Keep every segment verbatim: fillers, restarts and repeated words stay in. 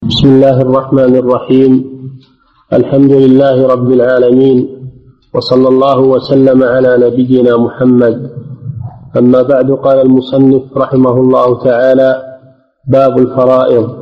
بسم الله الرحمن الرحيم. الحمد لله رب العالمين، وصلى الله وسلم على نبينا محمد. أما بعد، قال المصنف رحمه الله تعالى: باب الفرائض.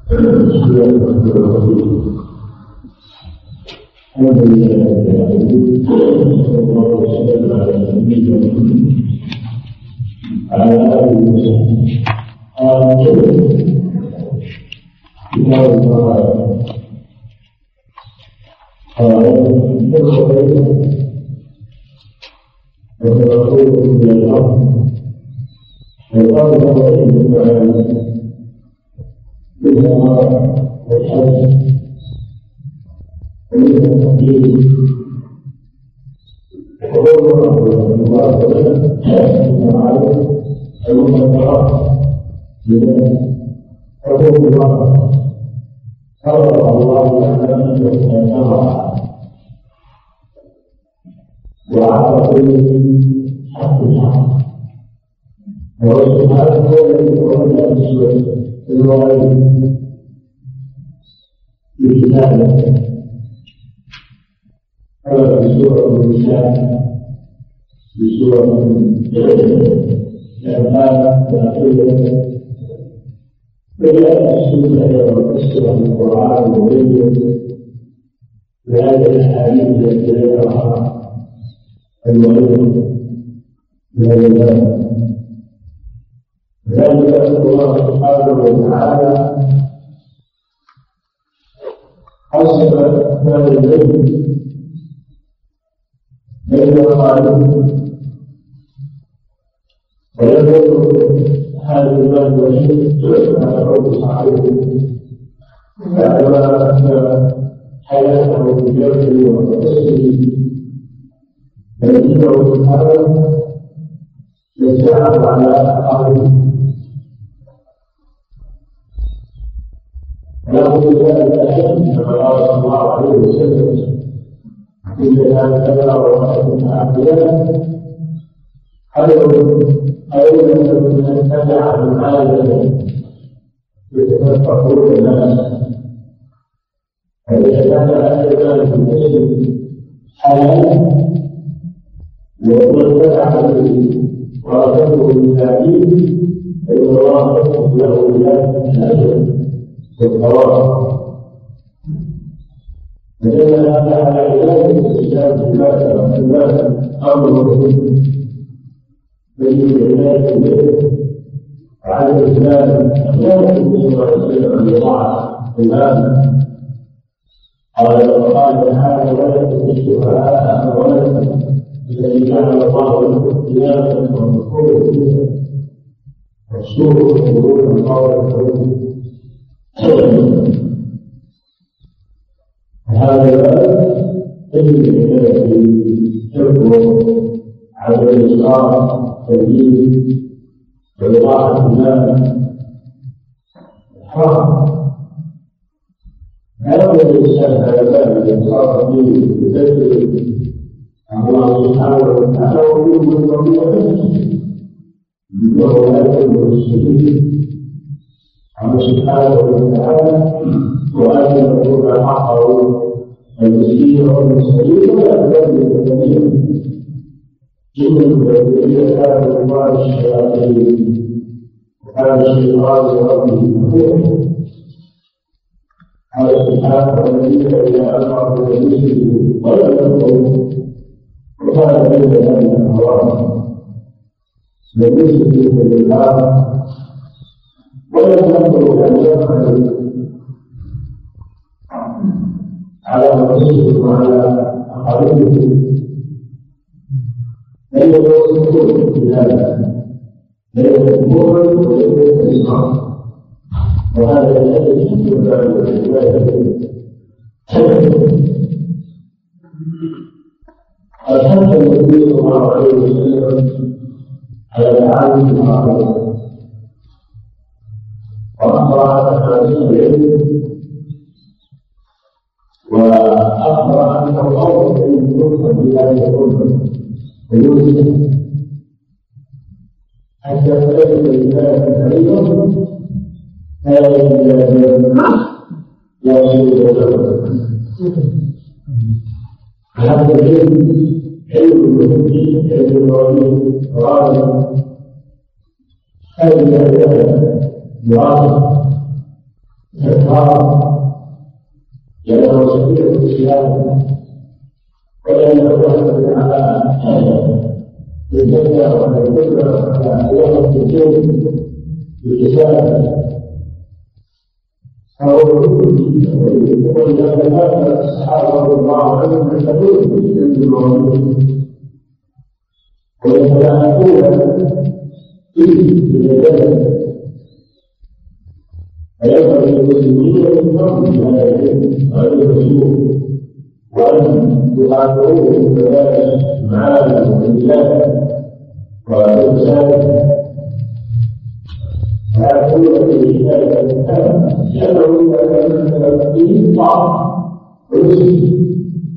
وعلى كل حق الحق وسبحانه هو الذي يقول الوالد في كتابه كما في سورة النساء في سورة الأنفال الأخيرة وجاء السنة والقصة في القرآن وغيره بهذه الأحاديث التي ذكرها الوالد من الله. ذلك أن الله سبحانه وتعالى حسب هذا البيت بين الخالق ويقول هذا المال الوحيد على رب صاحبه بعدما أن حياته بجرده وقصده فإنه سبحانه يساعد على أقاربه له ذلك أشد كما قال صلى الله عليه وسلم: إذا كان كذا وكذا عبدا خير خير من أن تجعل عالما يتفقهون الناس. فإذا كان هذا المال في الجسد حلال ومن فتح به ورثته للتعليم فإن الله يكتب له بذلك الأجر والثواب. فدل هذا على علاج الاستسلام في الناس أمر بين العلاج به وعلى الإسلام لا يمكن أن يكون بضاعة المال. قال وقال تعالى: ولا تؤتوا الشفعاء أموالكم الذي جعل الله لكم قياما ومذكورا فيها والسوء يقولون قولا كريما. هذا الباب يجب في حفظ عدم الإسراف والتبذير وإضاعة المال الحرام. لا يوجد الإنسان هذا الباب الإسراف فيه بذكر الله سبحانه وتعالى ويقول وهو لا يكون السبيل عن سبحانه وتعالى وأن يكون حقه المسكين والمسكين ولا يكون الكثير جن الذين كانوا الله الشياطين وكان الشيطان لربه كفورا. قال سبحانه: والذين إذا أمروا بالمسلمين ولم يكونوا وكان بين ذلك الحرام بالنسبة لله ولم يقل أن يفعل على نفسه وعلى أقاربه بل يوصفون بذلك بين الكفر وبين الإسلام. وهذا الذي يجب ذلك قد حث النبي صلى الله عليه وسلم على التعامل بالمعروف وأخبر عن تفاصيل العلم وأخبر أنه أول شيء يكتب بهذه الأمة ويوجد حتى تجد الإنسان كريما لا يجد يجوز له. هذا العلم علم المسلمين علم الرجل غالب هذه العبادة دراسة إقرار لأنه سبيل الإسلام ولأنه يحمل على الجنة والقدرة على يوم الدين بالكتاب ولهذا كان الصحابة رضي الله عنهم يحتفلون بالعلم الرجل ويتلاحقون فيه بالعبادة فينبغي للمسلمين ان يفهموا بهذا العلم غير المسلوب وان يقاتلوه بكذلك المعالم والبلاد والانسان ويكون في ذلك الانسان لانه اذا كان فيه طاعه ويسلم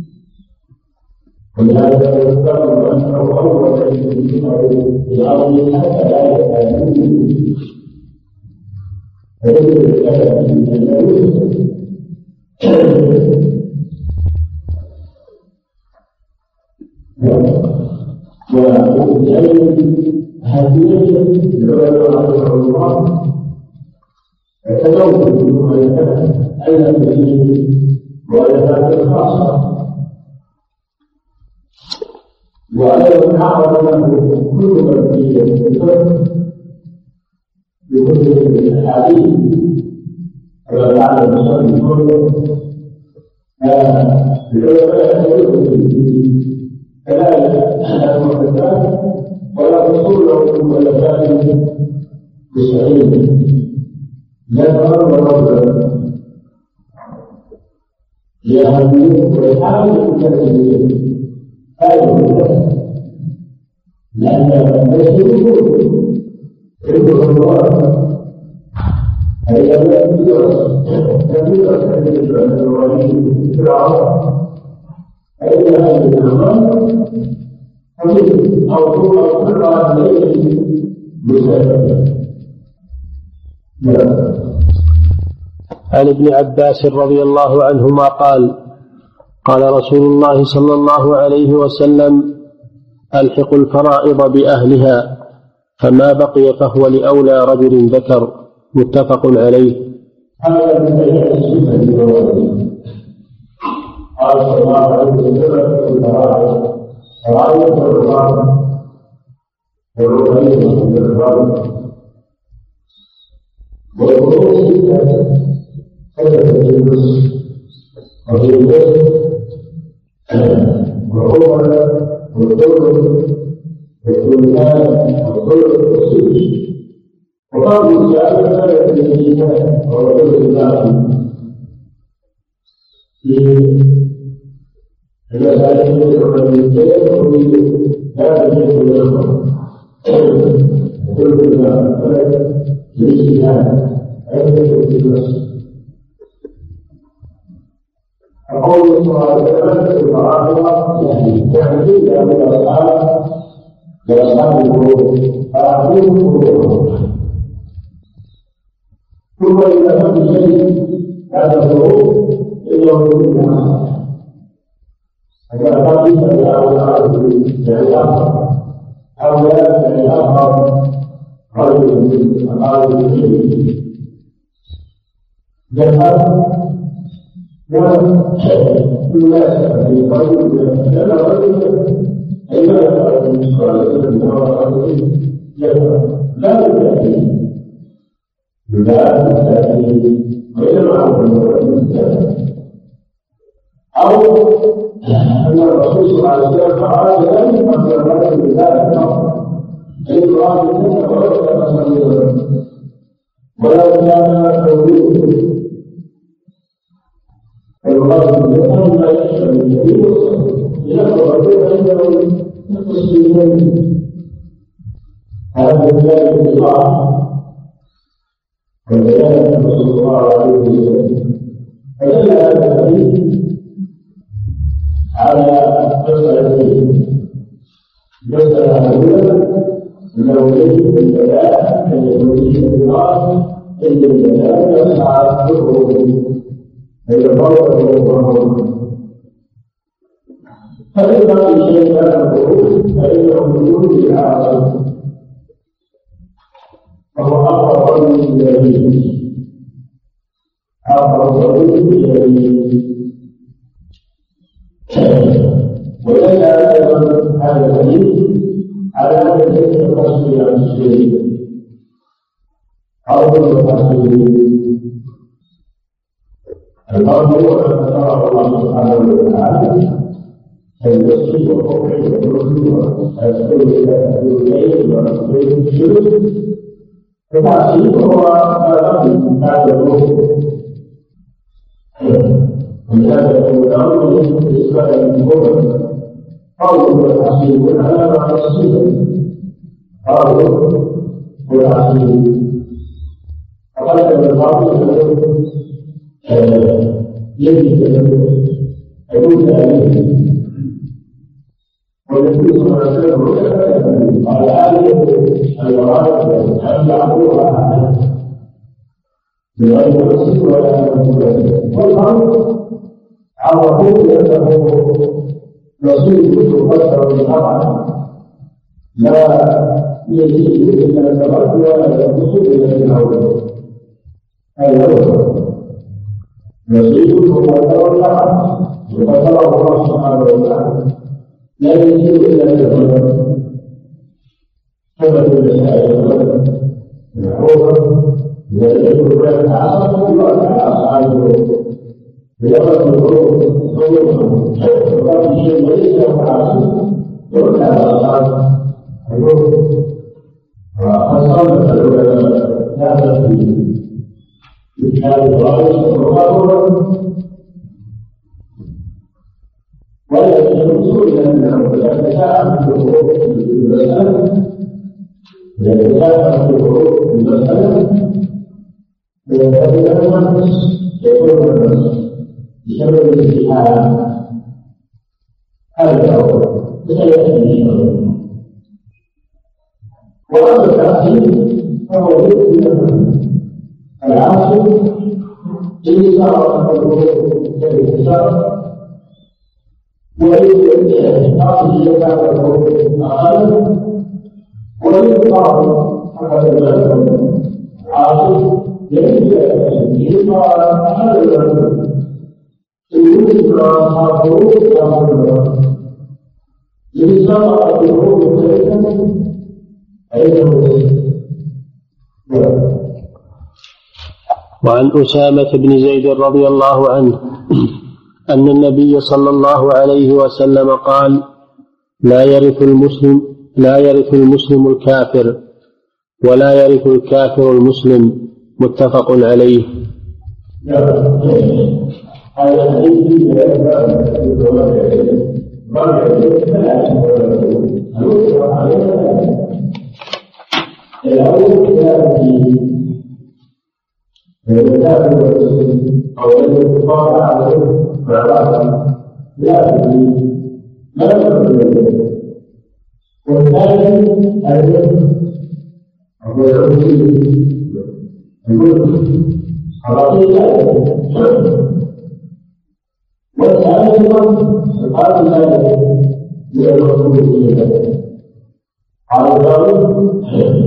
ولهذا يذكر انه اول يسلمه في الارض حتى لا يكون فيجب الأدب من المعروف وبالعلم هدية العلماء رحمه الله يتزوج بالمؤلفات التي مؤلفات خاصة وأيضا عرض له كتبا في الفقه بكتب الأحاديث كما فعل المصنف كله العلماء يقولون كذلك المحدثات ولا تصل له المؤلفات بالصحيح ذكرا ورجلا لأهمية وإحاطة المكذبين هذا لأن المسلمين يقول الله هي كثيرة كثيرة كثيرة من الرجل في العرب أي هذه الأعمال حديث أو طول أو قطعة ليس مسافة. عن ابن عباس رضي الله عنهما قال قال رسول الله صلى الله عليه وسلم ألحقوا الفرائض بأهلها فما بقي فهو لأولى رجل ذكر. متفق عليه. هذا من بيان السنة النبوية. قال صلى الله عليه وسلم الفرائض فرائض الرقاب والرقية والرقاب والفروض ثلاثة في النصف وفي النصف والعمر والدور والثلثان والثلث والسدس وقالوا الزيادة ثلاثة للإنسان ورجل الباقي في المسائل الرئيسية وفي هذا الشيء الآخر كل ذلك للاجتهاد عند النص. أقول صلى الله عليه وسلم الفرائض يعني إلا من الأصحاب لأصحاب الفروض فأعطوهم فروضهم ثم إذا كان شيء هذا الفروض إنه يكون آخر إذا كان يسأل هؤلاء يعني آخر هؤلاء يعني آخر رجل من أقارب العلم ذكر وكل ناس في قلب لأن الرجل عندما يفعل المسؤول لا يتأكيد لا يتأكيد غير معروف أو أن الرسول صلى الله عليه وسلم قال لا يفعل الرجل بذلك القرآن منه ولا تصديقه ولا كان توجيهه الرجل يفهم لا يشعر بالكبير يقرأ عنده المسلمين هذا ذلك الله وبيان رسول الله عليه وسلم فدل هذا الحديث على مسألتين. المسألة الأولى أنه يجب البيان أن يكون الله إلا البيان يسعى الحروب فإذا فرض الله فإن بقي شيء لا يقول فإنه يقول بالعاصي وهو أقرب من اليمين أقرب من اليمين وليس أيضا هذا الحديث على أن ليس التصوير عن الشريك أو التصوير الأرض هو أن ترى الله سبحانه وتعالى فالتصوير والقطع والرسل ويدخل إلى الليل ويدخل الشرك التعصيب هو ما لم بعد الروح ولهذا يقول الأمر بالنسبة للكفر قول التعصيب على ما تصيب قول التعصيب فقد الباطل يجب يقول عليه والنبي صلى الله عليه وسلم قال هذه الغرائب أن يعبدوها بغير نفس ولا مبادئ والأمر عرفوه بأنه نصيب يقدر بالطبع لا يزيد إلا الترك ولا ينقص إلا العودة هذا هو نصيب يقدر بالطبع يقدره الله سبحانه وتعالى لا يزيد إلا الترك كما في المسائل الغد المعروفة إذا يجب أن يتعاصر يتعاصر بلغة الحروف وقال شيء ليس متعاصر يرجع على الحروف وأصلا العلماء هذا في كتاب الرئيس والمقارنة ولا يجوز إلا أنه يتساءل في الحروف المسألة يتساءل في الحروف المسألة فإذا النفس يكون النفس بسبب الاتحاد هذا هو سيأتي وأما التعصيب فهو يؤمن العاصي إن صار كالإنسان وإن عاصي يكاد يكون أقل وإن صار حسب ذلك عاصي يجب أن يقال هذا يوجد أصحابه كما إن صار الحروب ثلاثة أيضا. وعن أسامة بن زيد رضي الله عنه أن النبي صلى الله عليه وسلم قال: لا يرث المسلم لا يرث المسلم الكافر ولا يرث الكافر المسلم. متفق عليه. والثالث قال ذلك للرسول صلى على ذلك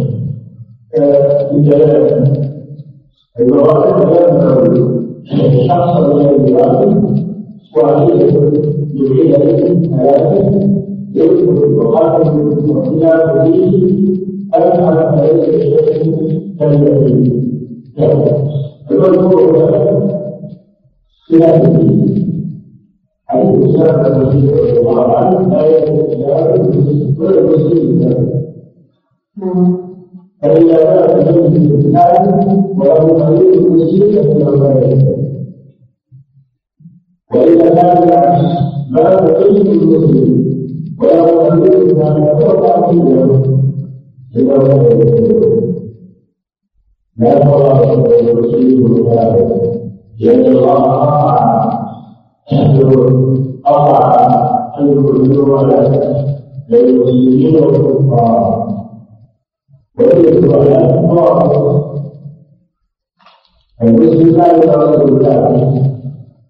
في جلالة المواقف لا شخص من الواقف وعليه يبين ثلاثة يذكر المقاتل واختلاف فيه أن على شيء كالذي المذكور خلاف حيث سبب النبي صلى الله عليه وسلم آية الإسلام ولا المسلمين فإذا كان النبي في الإسلام وله خليل المسلمين فإنه لا يستطيع وإذا كان العكس ما تقيم المسلم وله خليل ما يتوقع فيه فإنه لا يستطيع لا ترى المسلمين هذا لأن الله أطاع أن يكونوا ولاة للمسلمين والكفار وليس ولاة الله المسلم لا يتعرض لله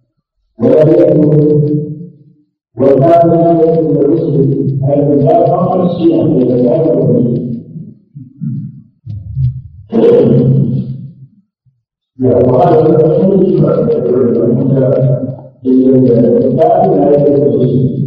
ولا يكون وكان لا يكون المسلم هذا لا فقط شيئا من الزكاة والمسلم. وهذا الرسول الزكاة لا يكون المسلم.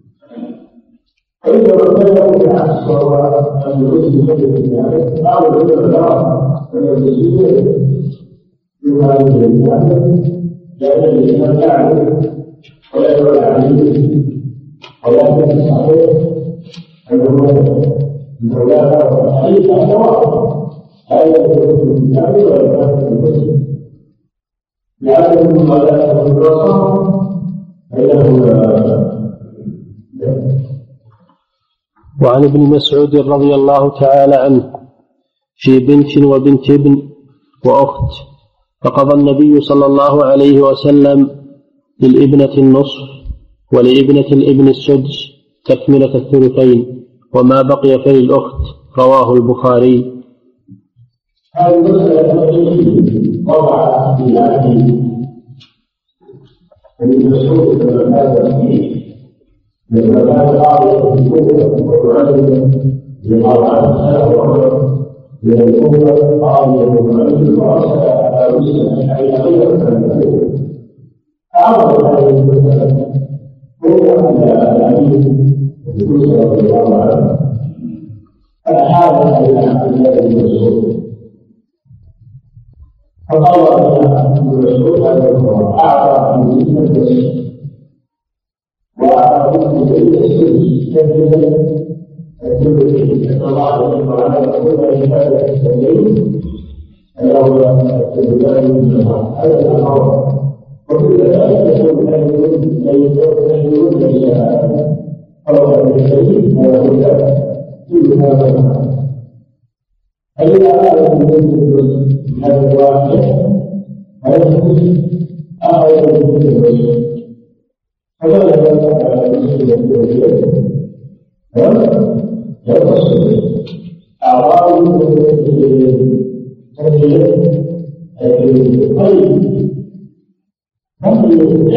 فإذا رتبه بالعكس وهو أن المسلم يجب الزكاة أو يجب الزكاة فالمسلم بما يجب الزكاة لأن الإنسان يعرف ولا يدل عليه ولكن الصحيح أنه مولانا وحديث أسوأ لا يكون الإسلام ولا يكون المسلم لأنه مولانا والرسول فإنه. وعن ابن مسعود رضي الله تعالى عنه في بنت وبنت ابن وأخت فقضى النبي صلى الله عليه وسلم للابنة النصف ولابنة الابن السدس تكملة الثلثين وما بقي فللأخت. رواه البخاري. هذه المسألة التي وضع في هذه المسعود هذا فيه لما كان قاضي الرجل لقضاء السنة وعمر من الأمة قاضي الرجل وأرسل على مسلم حين غير من أعرض هذه المسألة هو أن الأمين الكوسة رضي الله عنه فأحال إلى عبد الله بن مسعود فقال ابن مسعود هذا القرآن أعطى من مسلم السنة وأعطى من مسلم السنة كذلك الثلثين الله عليه وسلم كل عبادة السنين فهو الثلثان من الله هذا الأمر. وكل ذلك يكون لا يكون لا يكون إلا أو الشيء ويقول كل هذا المعنى. فإذا أخذ من هذا الواقع فيكون أخذ من الرسل فلا يبقى على المسلم الكبير يتصل أعراض التسليم الطيب ممكن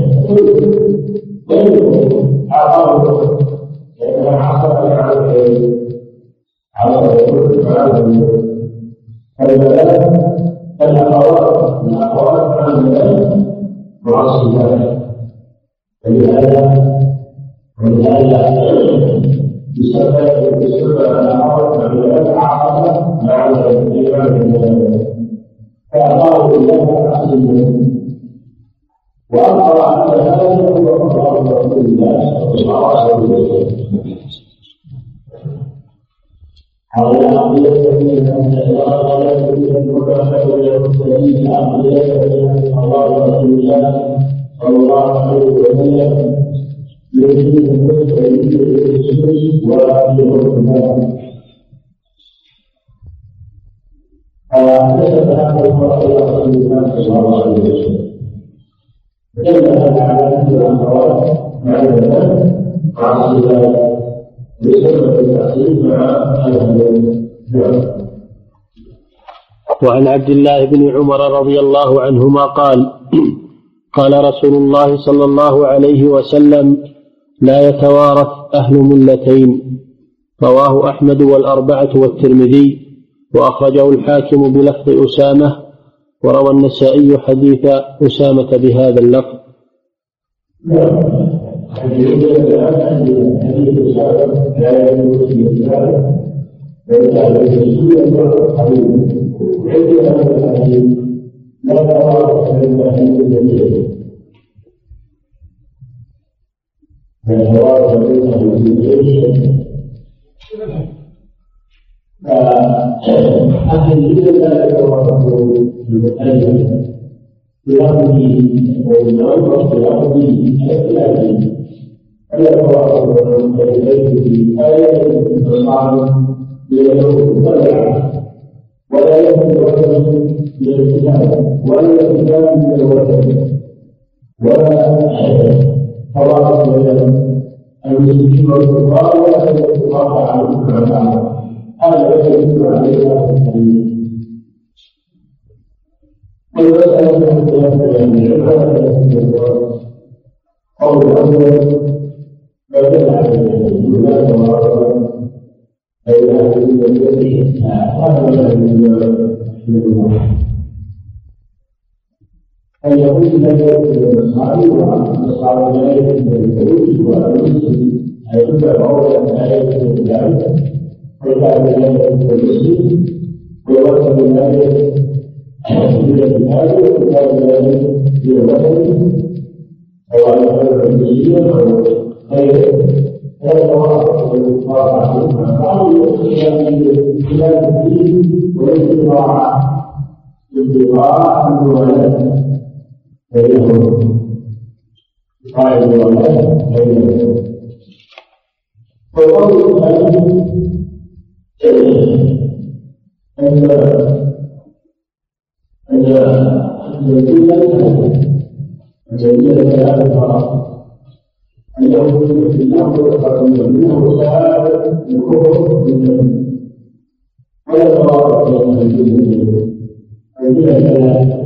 ويكون أعراض لأنها عصر على على العالم فالبلاء الأخوات من أخوات عن ذلك معصيات ولهذا ولهذا بسبب بسبب الأخوات عن ذلك عقد مع الإيمان فأعطاه الله عصيا وأقرأ على هذا هو أقرأ رسول الله صلى الله عليه وسلم حول عقيدة من أن الله لا يكون المكافأة للمرسلين عقيدة من الله رسول الله صلى الله عليه وسلم يريد المرسلين بالرسول ويريد الله. فنسب هذا القرآن إلى رسول الله صلى الله عليه وسلم دل هذا على أن الأموات مع الذنب عاصية بسبب التأثير مع أهل. وعن عبد الله بن عمر رضي الله عنهما قال قال رسول الله صلى الله عليه وسلم لا يتوارث أهل ملتين. رواه أحمد والأربعة والترمذي وأخرجه الحاكم بلفظ أسامة وروى النسائي حديث أسامة بهذا اللفظ. فأهل لا يتوافقوا بالمؤلف بلفظه والنظر بلفظه الاختلافي فلا يتوافق بالمؤلف آية التصاعد ليتوافق ولا يكون وجه للكتاب ولا الكتاب من الوجه ولا توافق بين المسلمين والكفار ولا يتوافق على الكفار. هذا يجب علينا التحليل. والمسألة من قول الأول بدل على الجملات ومرة بين أهل الذي هذا من أن يكون ذلك الصحابي والصحابي لا يكون الخروج والمسلم أيضا بعض لا يكون ذلك وكان لا يكون المسلم ووصل ذلك إلى الجهاد وكان ذلك إلى الوطن أو على الحرب المسلمية أو غيره هذا واقع واقع بعض الأشياء خلال الدين والانتفاع انتفاع الموالاه بينهم قائد الولاء بينهم والقول الثاني أن أن الجملة الجملة هذا الفرق أن يكون في الأمر منه سهالة الكفر بالذنب ولا تواضع بين الجملة الجملة ثلاثة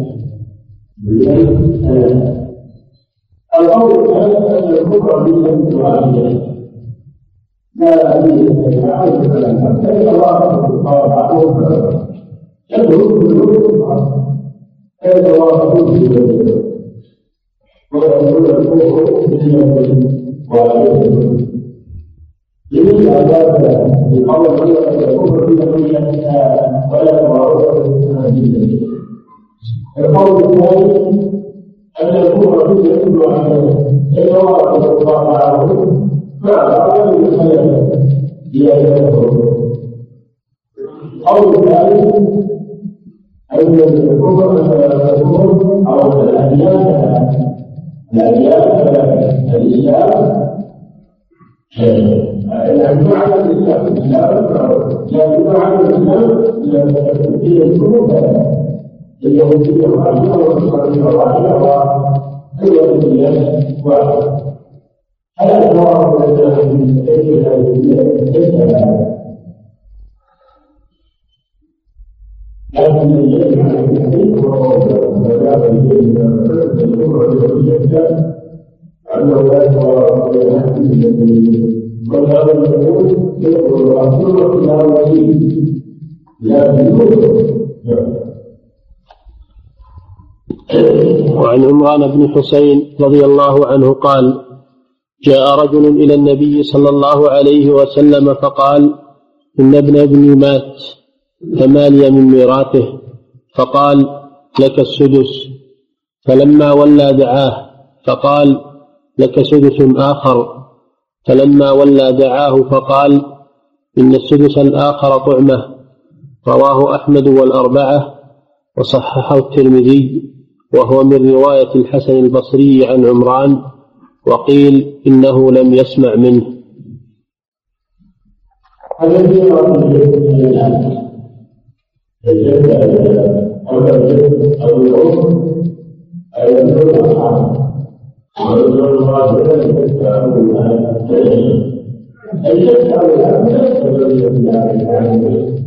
القول الثالث أن الكفر بالذنب واحدة لا أدري أن أعرف كلام كيف واقف الكفار بعضهم يدعو بالكفر كيف واقف بالذنب ويقول الكفر بالذنب واحدة لماذا هذا القول الكفر بالذنب ولا تواضع بالذنب القول الثاني أن الكفر بالذنب واحدة إذا واقف الكفار بعضهم فأعطى من الخلل ليأتيه القول الثالث أن الكفر أو الأديان الأديان الإسلام المعنى الإسلام لا يمعنى الإسلام هي الكفر اليهودية والعربية والنصرانية والعربية وغير الديانات واحدة هذا الجواب من اليهودية ليس هذا لكن يجب على الحديث وهذا يجب على الكفر اليهودية أنه لا يتوافق بين الحديث الذي وهذا يقول يقول الرسول إلى وجيه لا يقول. وعن عمران بن حسين رضي الله عنه قال: جاء رجل إلى النبي صلى الله عليه وسلم فقال: إن ابن ابني مات فما لي من ميراثه؟ فقال: لك السدس. فلما ولى دعاه فقال: لك سدس آخر. فلما ولى دعاه فقال: إن السدس الآخر طعمة. رواه أحمد والأربعة وصححه الترمذي، وهو من رواية الحسن البصري عن عمران، وقيل إنه لم يسمع منه. الذي يرى الجد الجد أو الجد أو الأم أو الجد الأصحاب والجد الراجل الجد أو الأب الجد أو الأب الذي يتعامل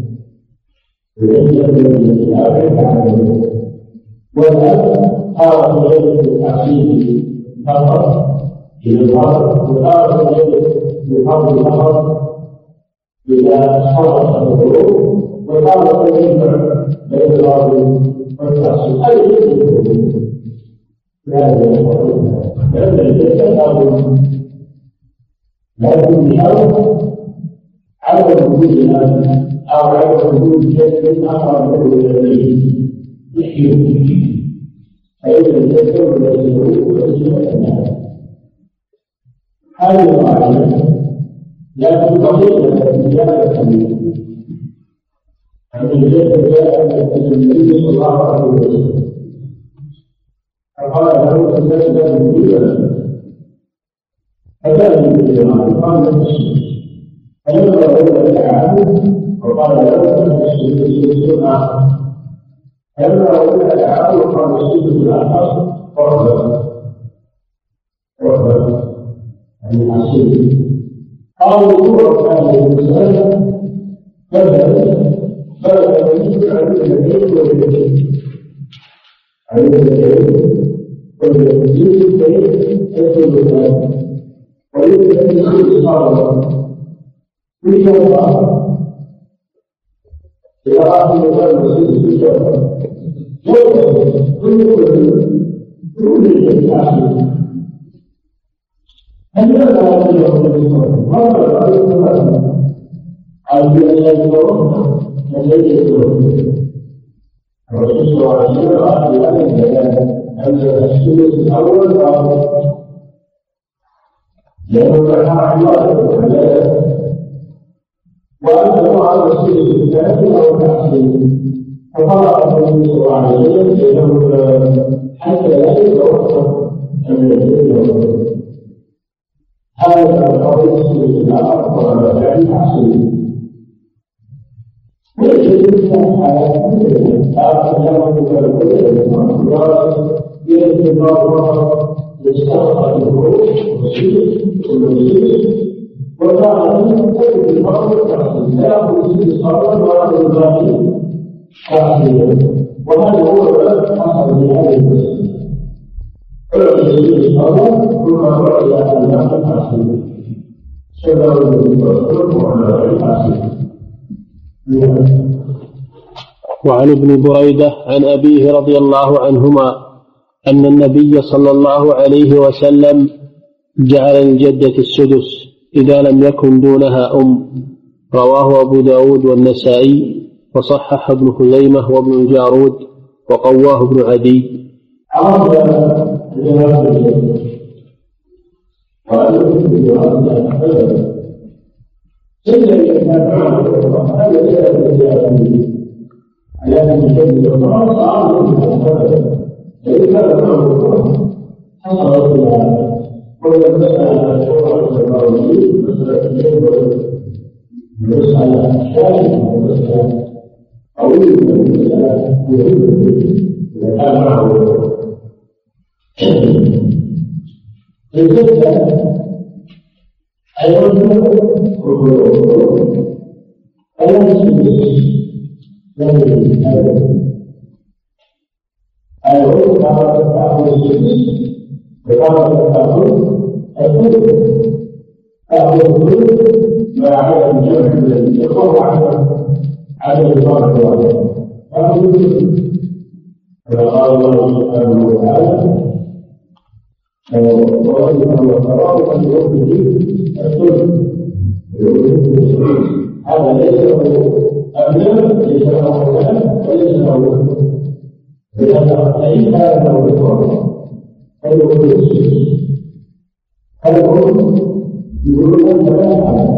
الذي يتعامل والأب أرى إليه بالتعصيب فقط إلى الفرق وأرى إليه بفضل الفقر إذا صرف الظروف وقال يجمع بين الراوي والتعصيب أي شيء لا يقولون لأن الجسد لكن بشرط عدم وجود الناس أو عدم وجود جسد آخر من الذي يحيي فإذا الجسد الذي يروح يجب الناس هذه القاعدة لا تنطبق في زيادة التمييز. أن الجسد جاء النبي صلى الله عليه وسلم فقال له الجسد مبينا فكان بالجماعة قال له فلما رأى التعامل وقال له السدس آخر فلما رأى التعامل قال السدس الآخر قرب قرب يعني عصيب قالوا يقول هذه المسألة بدأ بدأ يجب عليه البيت والبيت عليه الكريم والتسجيل الكريم يدخل الناس ويمكن أن يكون إصابة في شرطة إذا أردت أن يكون في شرطة كل الإنسان هل هذا اليوم مرة على أن يكون الذي الرسول صلى الله عليه وسلم قال في هذا الكلام أن السلوك الأول واضح لأنه رحمه الله وأنه على السلوك الثاني أو التحسين فقال النبي صلى الله عليه وسلم أنه حتى لا يتوقف أن يكون هذا القضية السلوك الآخر وعلى التحسين ويجب أن على يستخدم الروح والسيد وكان يجب المرض التحسين لا يأخذ الاستقرار ولا الباقي تحسين وهذا هو الذي حصل في هذه المسألة فالذي الاستقرار ثم رأي أن الناس تحسين سبب الاستقرار وعلى التحسين. وعن ابن بريدة عن أبيه رضي الله عنهما أن النبي صلى الله عليه وسلم جعل الجدة السدس إذا لم يكن دونها أم. رواه أبو داود والنسائي وصحح ابن خزيمة وابن الجارود وقواه ابن عدي. إلا إذا كان معه هذا لا يجوز على أن يجدد القرآن صار منه فإن كان معه حصل فيها ويبدأ شرع التباوي مسألة الجبر مسألة شاهد ومسألة طويلة ومسألة مهمة إذا كان معه الجدة أيضا أيضا لكن هذا أيضا كما تفعل الجنس وكما تفعل الكل أهل الكل ما على الجمع الذي يقوم على على الإطار الواحد أهل الكل كما قال الله سبحانه وتعالى ووجد وتراه أن يؤمن الكل هذا ليس له أبناء ليس له أولاد وليس له لأن أي كان له بطاقة فيقول السيد فيقول يقول أن لا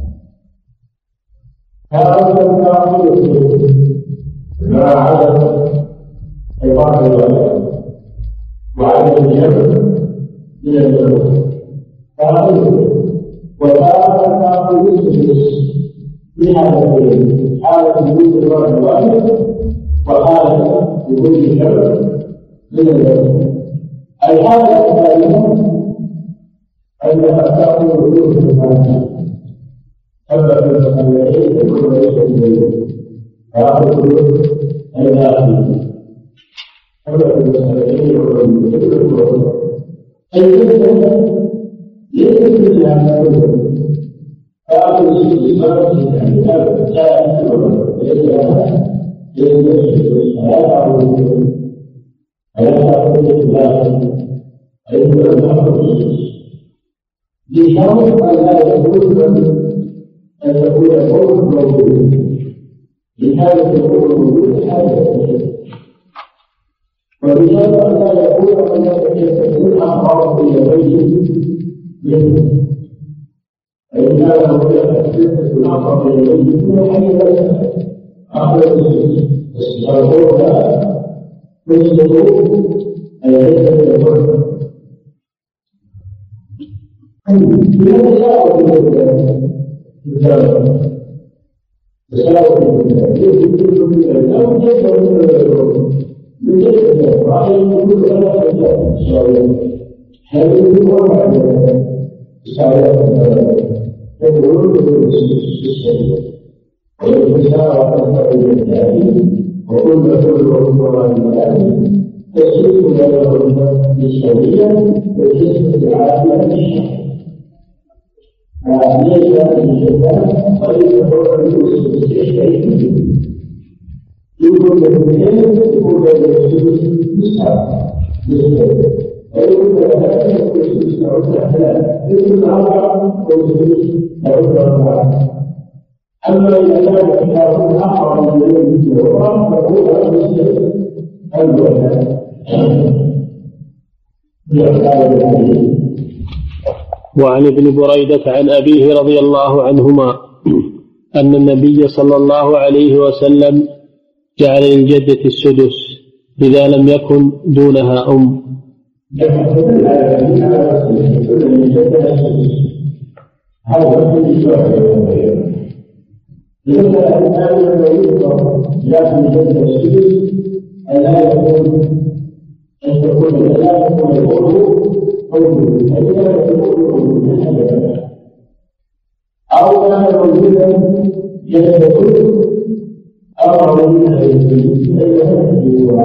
هذا التعقيد مع عدم عبارة الولد وعدم الجبر من الجبر تعقيد وهذا التعقيد في حالتين حالة وجود الوعد الواحد وحالة وجود الجبر من الجبر. الحالة الثانية أنها تأخذ وجود الإنسان سبب المسألتين تكون ليس إليه تأخذ وجود الإنسان سبب المسألتين يكون إليه الجبر ليس إلا أن فأخذ الاستثمار في الكتاب لا يكون لا تعود لا تعود الله أيضا تعود بشرط أن لا يكون أن تكون الحكم موجود لهذا يكون موجود حاجة وبشرط أن لا يكون أن يكون أقرب إلى بيت منه فإن هذا هو الفكرة الأقرب إلى البيت من حيث أخذ الصلاة مثله أي ليس بالفرق لماذا شاءوا بالكتاب؟ شاءوا بالكتاب يجب كل الكتاب يجب من جهة رأي كل ثلاثة أشياء هذه الأمور إشارات تقول بالشيء والإشارة تنتهي بالتالي وكل كل وراء التالي والجسم للشريعة والجسم العافية للشرع. فليس الشيطان وليس هو الوصول الشيء يكون بالمثل يكون بالوصول بالشرع ويكون بالهدف والوصول بالشرع يكون الأربع والوصول بالشرع. أما إذا كان الكتاب أقرب من الذي يقرأ فهو المسلم الوحيد. وعن ابن بريدة عن أبيه رضي الله عنهما أن النبي صلى الله عليه وسلم جعل للجدة السدس إذا لم يكن دونها أم. لذا الآن يذكر لكن جد السدس ألا يكون أن تكون لا تكون الأرض قوله فإذا تكون من حاجة أو كان موجودا يستكون أو موجودا يستكون.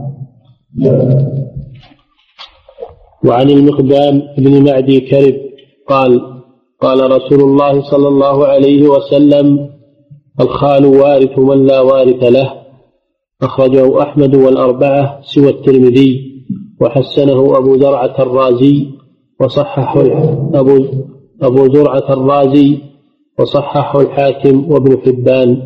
وعن المقدام بن معدي كرب قال قال رسول الله صلى الله عليه وسلم الخال وارث من لا وارث له. أخرجه أحمد والأربعة سوى الترمذي وحسنه أبو زرعة الرازي وصححه أبو, أبو زرعة الرازي وصححه الحاكم وابن حبان.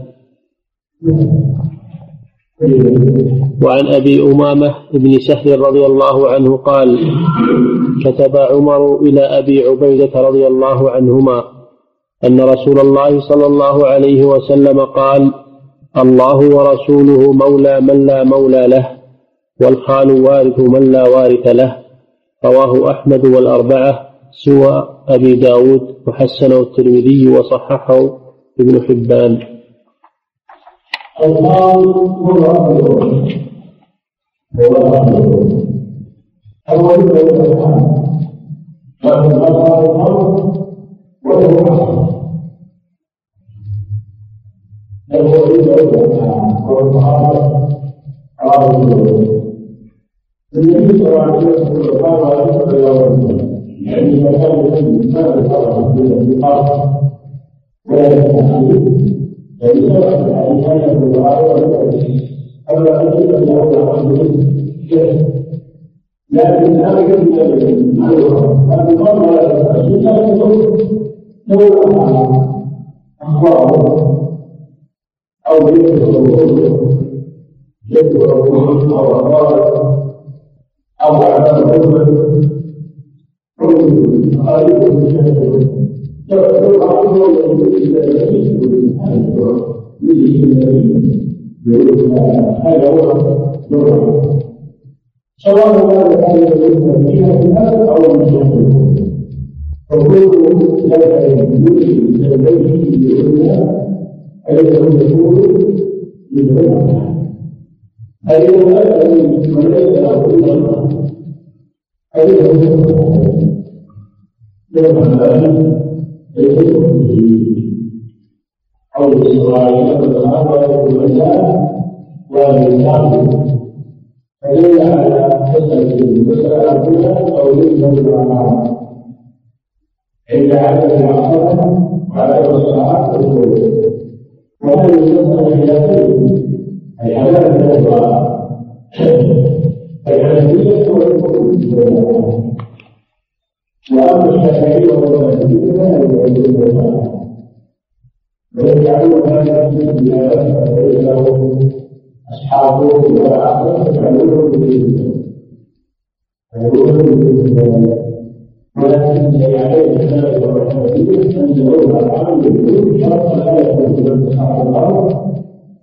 وعن أبي أمامة بن سهل رضي الله عنه قال كتب عمر إلى أبي عبيدة رضي الله عنهما أن رسول الله صلى الله عليه وسلم قال الله ورسوله مولى من لا مولى له والخال وارث من لا وارث له. رواه أحمد والأربعة سوى أبي داود وحسنه الترمذي وصححه ابن حبان. الله هو الرحمن هو الرحمن أول ما يفهم لكن الله الأمر وهو الرحمن هو الرحمن هو الرحمن النبي صلى الله عليه وسلم قال يعني مكان الإنسان الفرح بالانتقام ولا يستحيل فلسبب الحديثين في الغاية والتأكيد أما أجل أن يكون عنده لكن هذا يجب أن معلومة لكن قبل التأكيد لا يكون نوع أخباره أو يكتب يكتب أو أخبار أو أعلام الأمة كل خالق بشكل يقول عقله يقول هذا هو سواء كان يكون فيها الناس أو المشاهدين فكل لا يمكن أن يكون للعلم أيضا وليس أقول الله أيضا لما أو إسرائيل والأمر والمساء والإسلام فدل على مسألة المسألة الأولى أو يجب الأعمال عند عدد العقبة وعدد الصلاة والصلاة وهذه المسألة خلافية أي حلال من الدعاء الحنفية والفقهاء وأما الشافعية والمالكية لا يعبدون الله ويجعلون هذا الدين فليس له أصحابه ولا عقل فيعملون بالله ولكن سيعلم الشافعية والحنفية أن يدعون العمل بالدين شرط لا يكون من أصحاب الأرض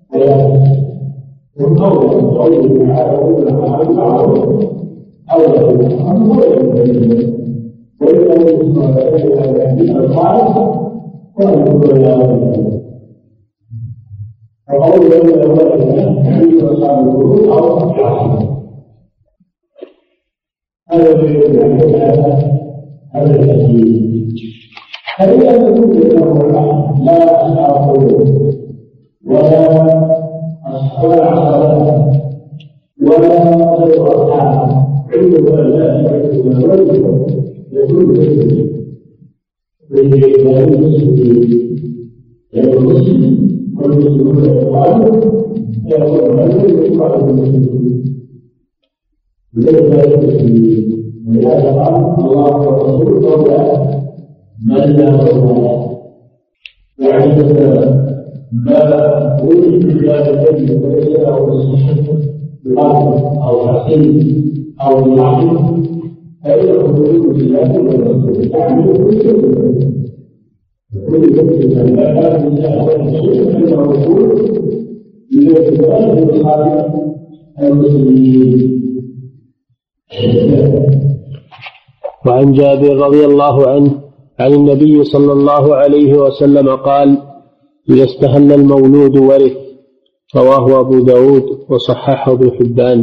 والقول قوله تعالى قول العمل معروف أو يكون الأمر ويكون وإذا كنت هذا الحديث الخالص ويقول يا رب فقول يوم الأول حديث أصحاب القلوب أو أصحاب هذا يقول هذا هذا الحديث فإذا كنت له لا أصحاب القلوب ولا أصحاب العقبات ولا الأرحام عندما لا يعرفون وجهه يكون مسلم بالجبال المسلمين يعني المسلم والمسلمون يقالون يقول هذا يقال المسلمين ليس المسلمين ولهذا قال الله ورسوله قول من لا قول وعندما ما ولد بهذا الذي وليس له الصحة بقلب أو حسين أو بالعقل فإنه يريد بالله والرسول تعمل كل شيء كل شيء لا يعلم شيء من الرسول يريد أن يخالف المسلمين. وعن جابر رضي الله عنه عن النبي صلى الله عليه وسلم قال: إذا استهل المولود ورث. رواه أبو داود وصححه ابن حبان.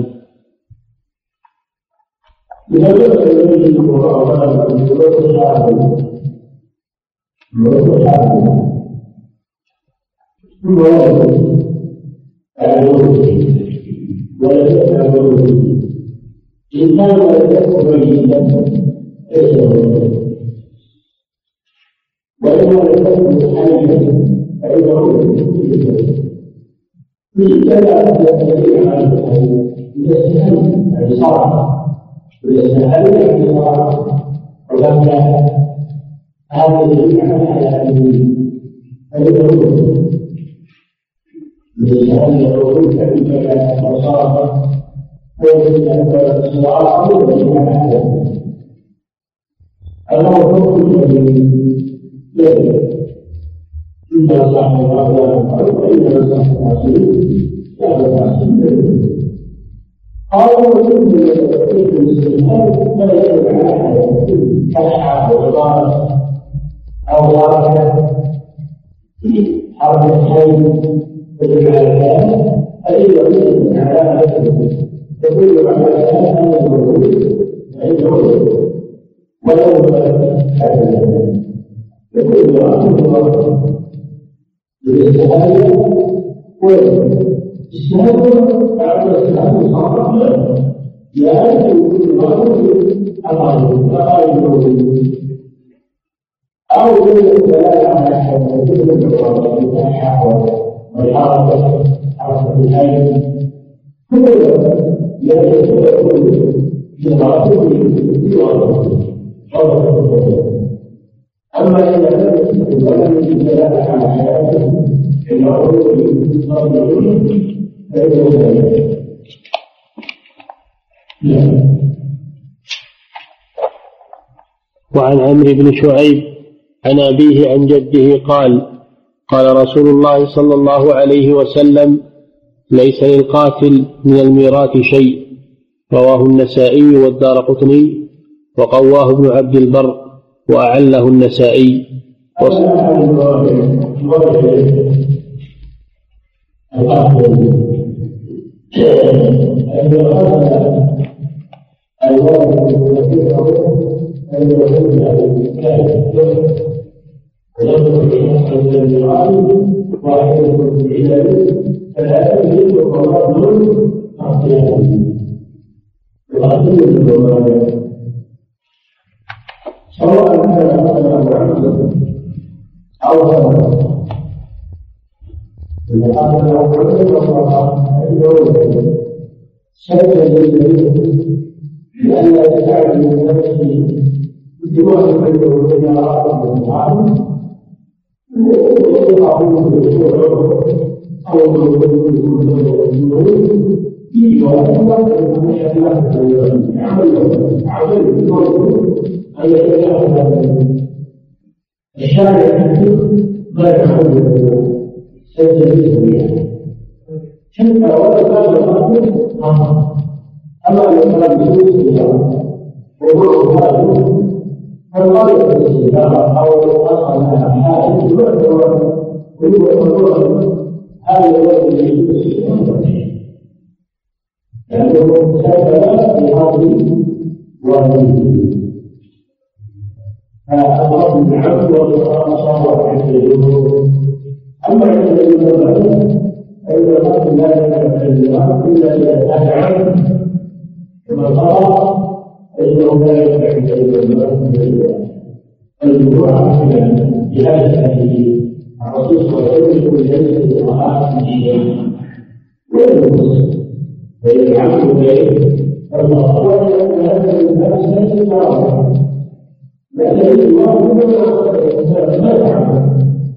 إن كان يكون ميتا وإنما يكون حيا فإنه في كذا يستطيع أن يستهل يعني صار ويستهل يعني صار وكان هذا المعنى على أنه فإنه يستهل يقول كذا وصار والسؤال أمر من هذا الأمر الذي يجب إذا صح الله وإذا صح الرسول هذا الرسول قالوا وجود الاستثناء لا يجب على أحد كشعب وعبارة أو ضربة في حرب الحي يجب على الكلام فإذا وجد على أحد يقول على أن الموجود عنده ولو هذا يقول الله بالاستهانة والاستهانة بعد الاستهانة صار لا يكون الموجود أمامه لا الموجود أو الدلالة على حدود الحركة والحركة حركة الحي كل لا يكون في الغاية في الغاية أما إذا كان ولم يدل على حياته فإنه يصدق فإنه لا. وعن عمرو بن شعيب عن أبيه عن جده قال: قال رسول الله صلى الله عليه وسلم: ليس للقاتل من الميراث شيء. رواه النسائي والدارقطني وقواه ابن عبد البر وأعله النسائي. فلا يجب الرجل أصلاً يقدم الجمال سواء كان مثلا عبدا أو سواء إذا كان له عبدا وصلاة فإنه سيد للجميع لأن لا يتعب من نفسه بما يبين الجماعات والمعاني ويقعون بالشعور أو بالنور وأيضا عمل عمل النور أن يتجاهل الشارع ما يحول سجل الجميع حتى ولا كان الأمر أما لو كان بسوء وضوء هذا فالغالب الاستدامة أو أصلا حائل يعتبر ويعتبر هذا هو الذي لأنه سبب لهذه وهذه فالرب العبد والإقامة صار عند الجمهور أما عند الجمهور فإذا قال لا يتبع الجماعة إلا إذا كان عنه كما قال فإنه لا يتبع الجماعة الجمعة في هذا الحديث الرسول صلى الله عليه وسلم ليس الجماعات من شيء ويجوز فيجعله بين الله ويقول هذا الناس ليس جماعة لكن الله ما يفعل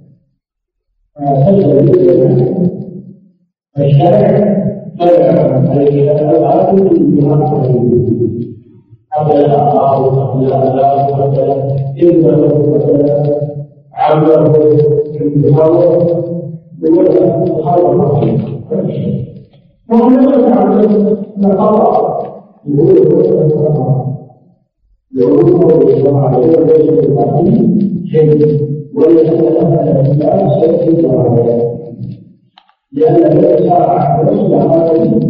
فسجد الشرع لا يفعل عليه الألعاب الجماعة حتى يقع قبل الأذان مثلا إذا مثلا عمله انتهاره بوجه الخالق وهو لا يتعلم نقرأ يقول يقول الله عليه وسلم شيء وليتأثر الإسلام شيء لأن الشرع ليس هذا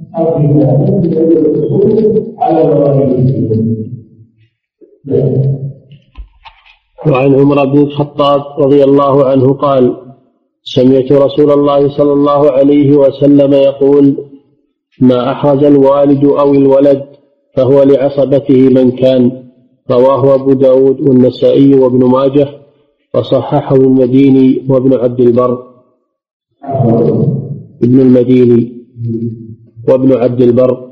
وعن عمر بن الخطاب رضي الله عنه قال سمعت رسول الله صلى الله عليه وسلم يقول ما أحرز الوالد أو الولد فهو لعصبته من كان. رواه أبو داود والنسائي وابن ماجه وصححه المديني وابن عبد البر ابن المديني وابن عبد البر.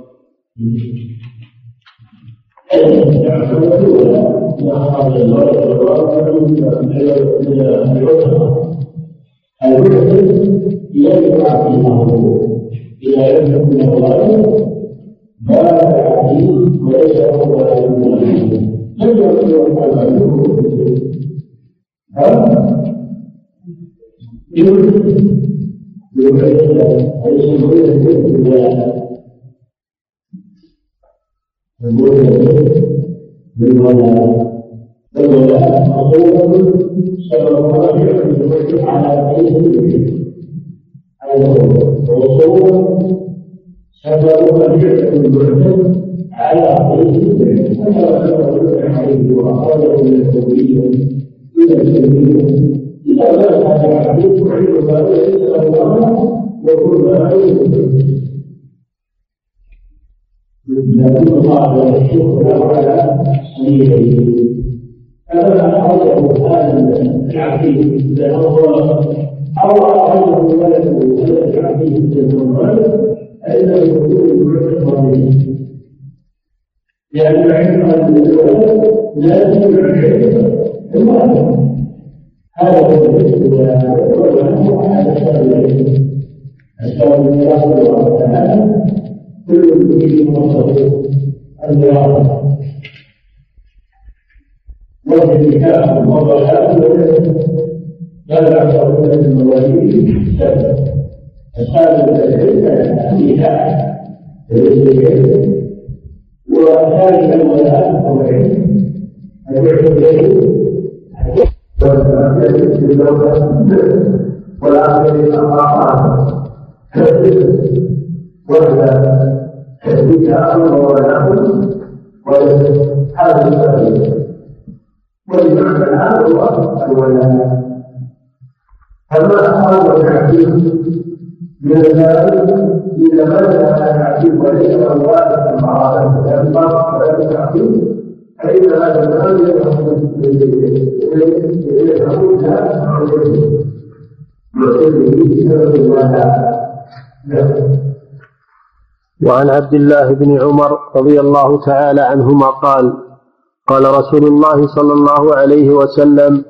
وعن عبد الله بن عمر رضي الله تعالى عنهما قال قال رسول الله صلى الله عليه وسلم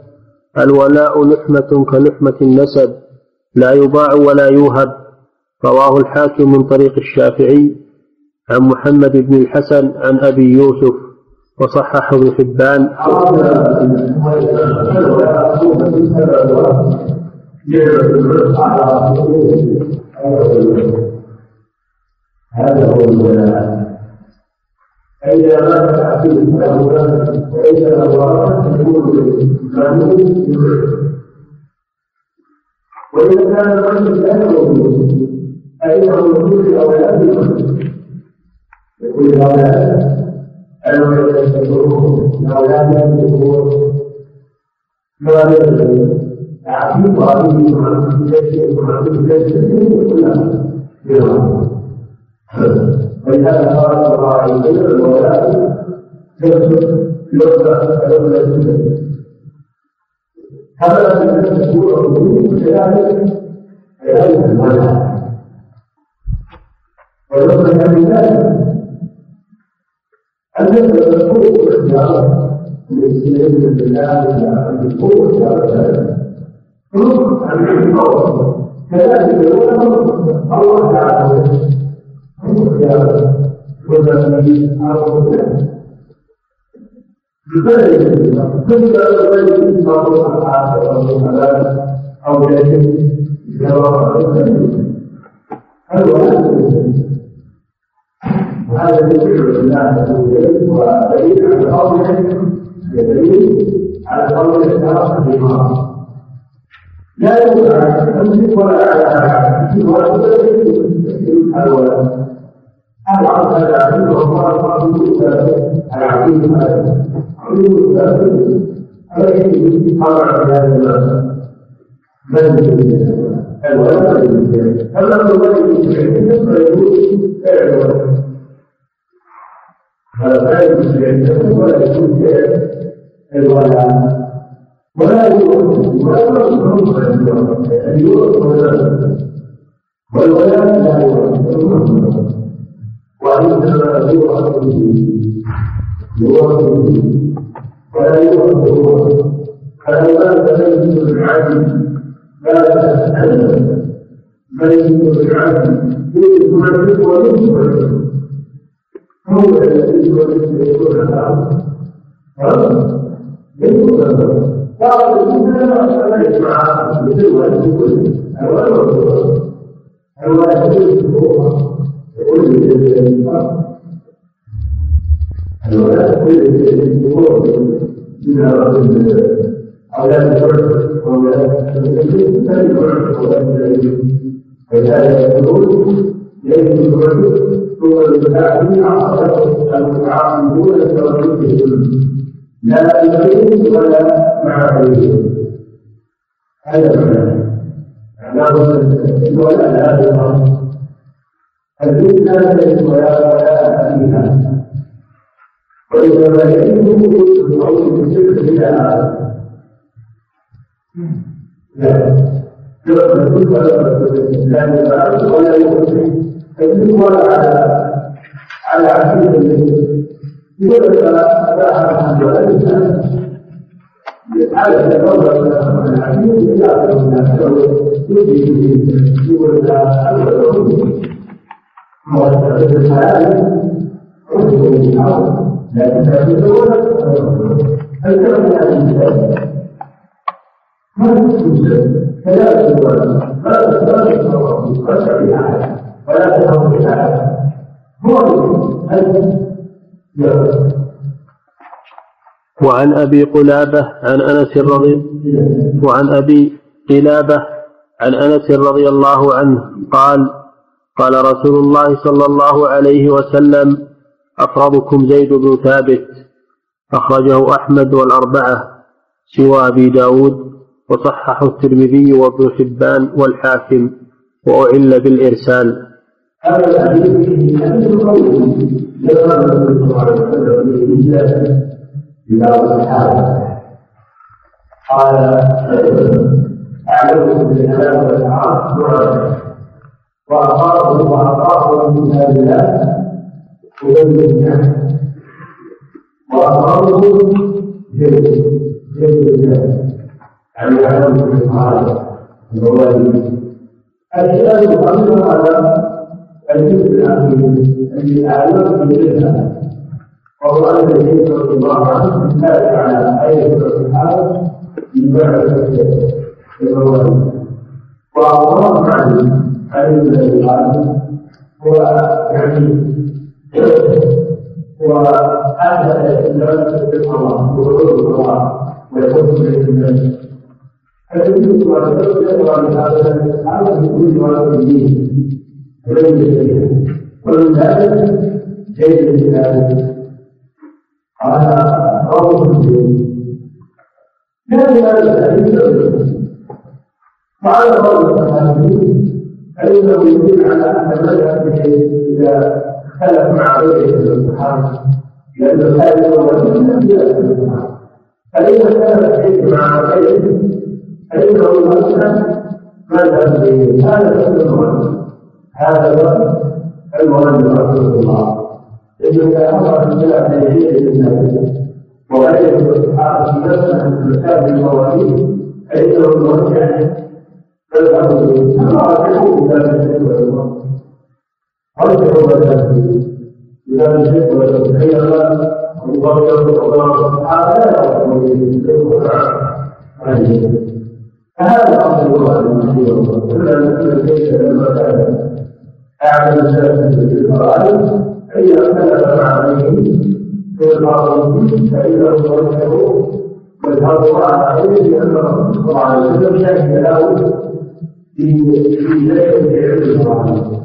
الولاء لحمة كلحمة النسب لا يباع ولا يوهب. رواه الحاكم من طريق الشافعي عن محمد بن الحسن عن أبي يوسف وصححه ابن حبان. هذا هو الولاء. فإذا مات تعقيد فهو وإذا له يكون وإذا كان الرجل لا يوجد فإنه يكون الأولاد يكون الأولاد الأولاد يستطيعون الأولاد يكون ما يجب عقيم وعقيم وعقيم كثير وعقيم كثير كلها يرى ولهذا قال الله عز وجل ولا يكتب يرفع يرفع الجنة هذا الذي تقول كذلك كذلك الولد ويرفع من ذلك الذي تقول الاختيار بالاستئذان بالله يقول اختيار رفع عن القول كذلك الله تعالى اختيار والذي أعرف بفعل كل غير معروف عن أو يجب جواب وهذا يدل الله ودليل على قوله يدل على قوله الشرع بالمعروف لا يدل على التمسك ولا على ولا الولد هذا عرض هذا عقيد والله العقيد هذا عقيد الثالث الذي قرر بهذا المعنى من الولد هذا الولد بالنسبه يقول فعل الولد هذا فعل المسلمين ولا يكون فعل الولد ولا يكون ولا يكون والولد لا يكون وإنما يوحد به يوحد به ولا يوحد به فلما تلبس العدل لا تتحدث بل العدل يجب العدل ويجب العدل هو الذي يكون العدل يجب العدل قال الإنسان لا يسمع مثل الولد كله الولد الولد يجب كل الولاء كل الأمور من أولاد الفرد وأولاد الفرد فلهذا يقول يجب الرجل ثم الباقين عصره المتعاقبون لتوحيدهم لا بغيره ولا مع غيره هذا معناه الولاء لا يظهر الفتنة ليس ولا ولا فيها وإنما يجب الخروج بالسر إلى هذا لا يقبل كل لا يفعل ولا يؤمن فيجب على على عقيدة يقبل أداها ولا يفعل على الأول العقيدة إلى أن يجب يقول هذا وتعتبر الحلال عذر من الحرام لكن تعتبر الكلام هذه الكلام ما تسلم فلا تقول لا تتصرف وتشرع بحاجه ولا تفهم بحاجه هو هل وعن أبي قلابة عن أنس رضي وعن أبي قلابة عن أنس رضي الله عنه قال قال رسول الله صلى الله عليه وسلم أفرضكم زيد بن ثابت أخرجه أحمد والأربعة سوى أبي داود وصححه الترمذي وابن حبان والحاكم وأعل بالإرسال. هذا الحديث فيه حديث قوي ذكر النبي صلى الله عليه وسلم في الإسلام ببعض الحالة قال أعلمكم بالحلال والحرام وأقارب وأقارب من هذا الله ويبدو وأقارب جيد جيد الله يعني أعلمكم بالحلال والحرام الشيء يقدم على الجزء الأخير الذي أعلمكم بالله وهو أن النبي صلى الله عليه وسلم كان على آية الحال من بعد الرواية وأمر عنه عن الحال هو يعني وأحدث الإسلام في الله وحدود الله ويكون في الناس فالنبي صلى الله عليه وسلم يدعو لهذا الحال بكل مرض الدين ولم يستطيع ومن ذلك جيد الإسلام على روض الدين كان هذا الحديث وعلى قول الصحابيين فإنه يدل على أن المذهب إذا اختلف مع غيره من الصحابة لأن الحادث هو الصحابة فإذا اختلف الشيء مع غيره فإنه المذهب مذهب به هذا هو المذهب هذا هو المذهب رسول الله إنه إذا أمر اختلاف بين الناس وغيره من الصحابة في نفسه من مسائل المواليد فإنه المرجع فالأمر أمر تكون بذلك الشيء والإمام أرجعوا بذلك بذلك الشيء والإمام ويضرر الله الصحابة لا يقوم فهذا أصل الله المسيح إلا أن الشيء لما كان أعلم السلف في الفرائض فإذا اختلف مع غيره في الفرائض فإنه مرجع والحظ على غيره لأن الرسول صلى الله عليه وسلم شهد له في في ذلك العلم.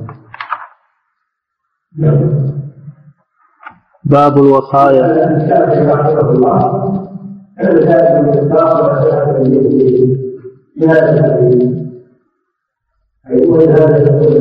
باب الوصايا. الشافعي رحمه الله كان ذلك من الإطلاق وشهد في هذا الحديث أي ولهذا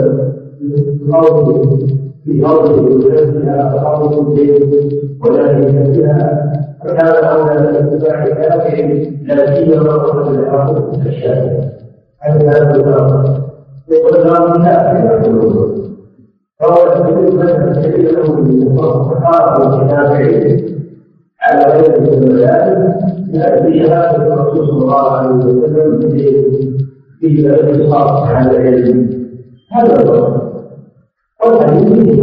القول في قوله وجدها قول ولا يكفيها فكان أولى باتباع الشافعي لا سيما وقت الحق الشافعي هذا الكلام يقول له الشافعي فهو يقول مثلا كثير من الصحابه والشافعي على غير المذاهب ياتي هذا الرسول صلى الله عليه وسلم في الاختصاص على العلم هذا هو والحديث